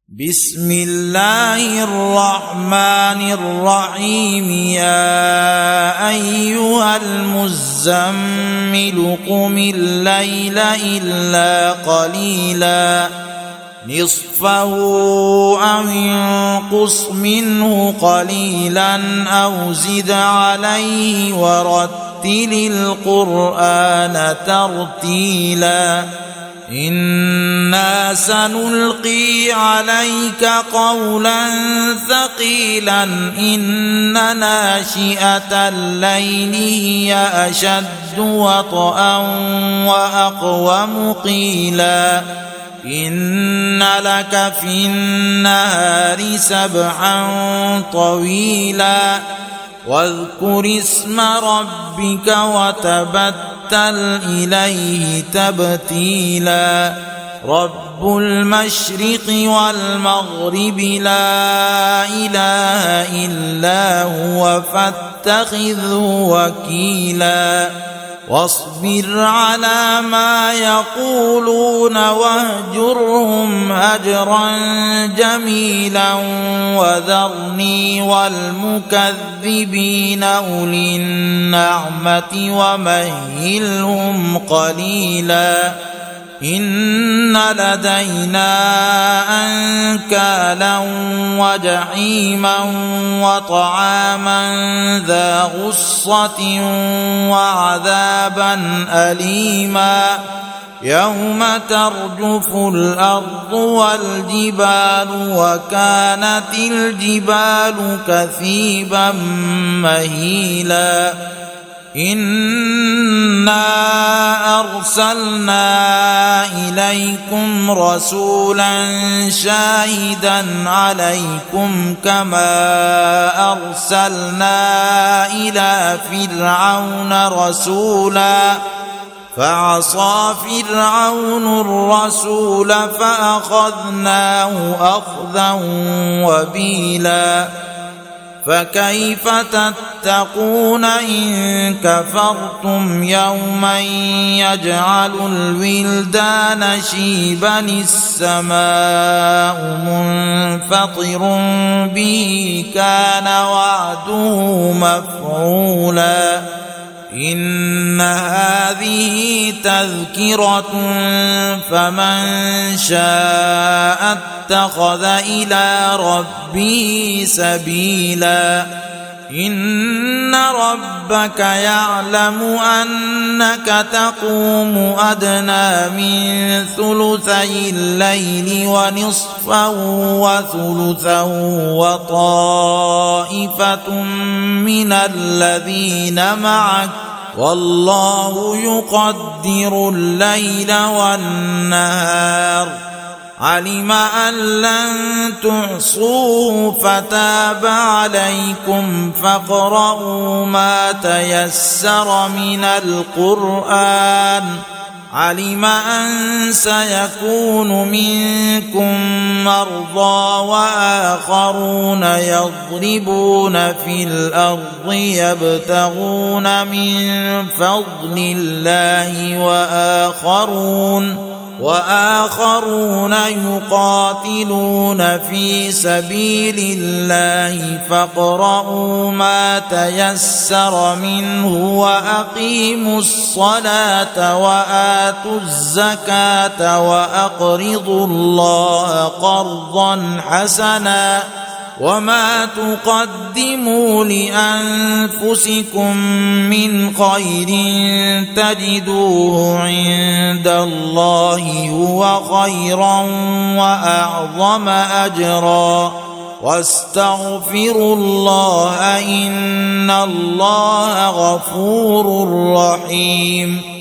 بسم الله الرحمن الرحيم يا أيها المزمل قم الليل إلا قليلا نصفه أو انقص منه قليلا أو زد عليه ورتل القرآن ترتيلا إنا سنلقي عليك قولا ثقيلا إن ناشئة الليل هي أشد وطئا وأقوم قيلا إن لك في النهار سبحا طويلا واذكر اسم ربك وتبتل إليه تبتيلا رب المشرق والمغرب لا إله إلا هو فاتخذه وكيلا واصبر على ما يقولون واهجرهم هجرا جميلا وذرني والمكذبين أولي النعمة ومهلهم قليلا إن لدينا أنكالا وجحيما وطعاما ذا غصة وعذابا أليما يوم ترجف الأرض والجبال وكانت الجبال كثيبا مهيلا إنا أرسلنا إليكم رسولا شاهدا عليكم كما أرسلنا إلى فرعون رسولا فعصى فرعون الرسول فأخذناه أخذا وبيلا فكيف تتقون إن كفرتم يوما يجعل الولدان شيبا السماء منفطر به كان وعده مفعولا إن هذه تذكرة فمن شاء اتخذ إلى ربه سبيلا إن ربك يعلم أنك تقوم أدنى من ثلثي الليل ونصفه وثلثه وطائفة من الذين معك والله يقدر الليل والنهار علم أن لن تحصوه فتاب عليكم فاقرؤوا ما تيسر من القرآن علم أن سيكون منكم مرضى وآخرون يضربون في الأرض يبتغون من فضل الله وآخرون يقاتلون في سبيل الله فاقرؤوا ما تيسر منه وأقيموا الصلاة وآتوا الزكاة وأقرضوا الله قرضا حسنا وما تقدموا لأنفسكم من خير تجدوه عند الله هو خيرا وأعظم أجرا واستغفروا الله إن الله غفور رحيم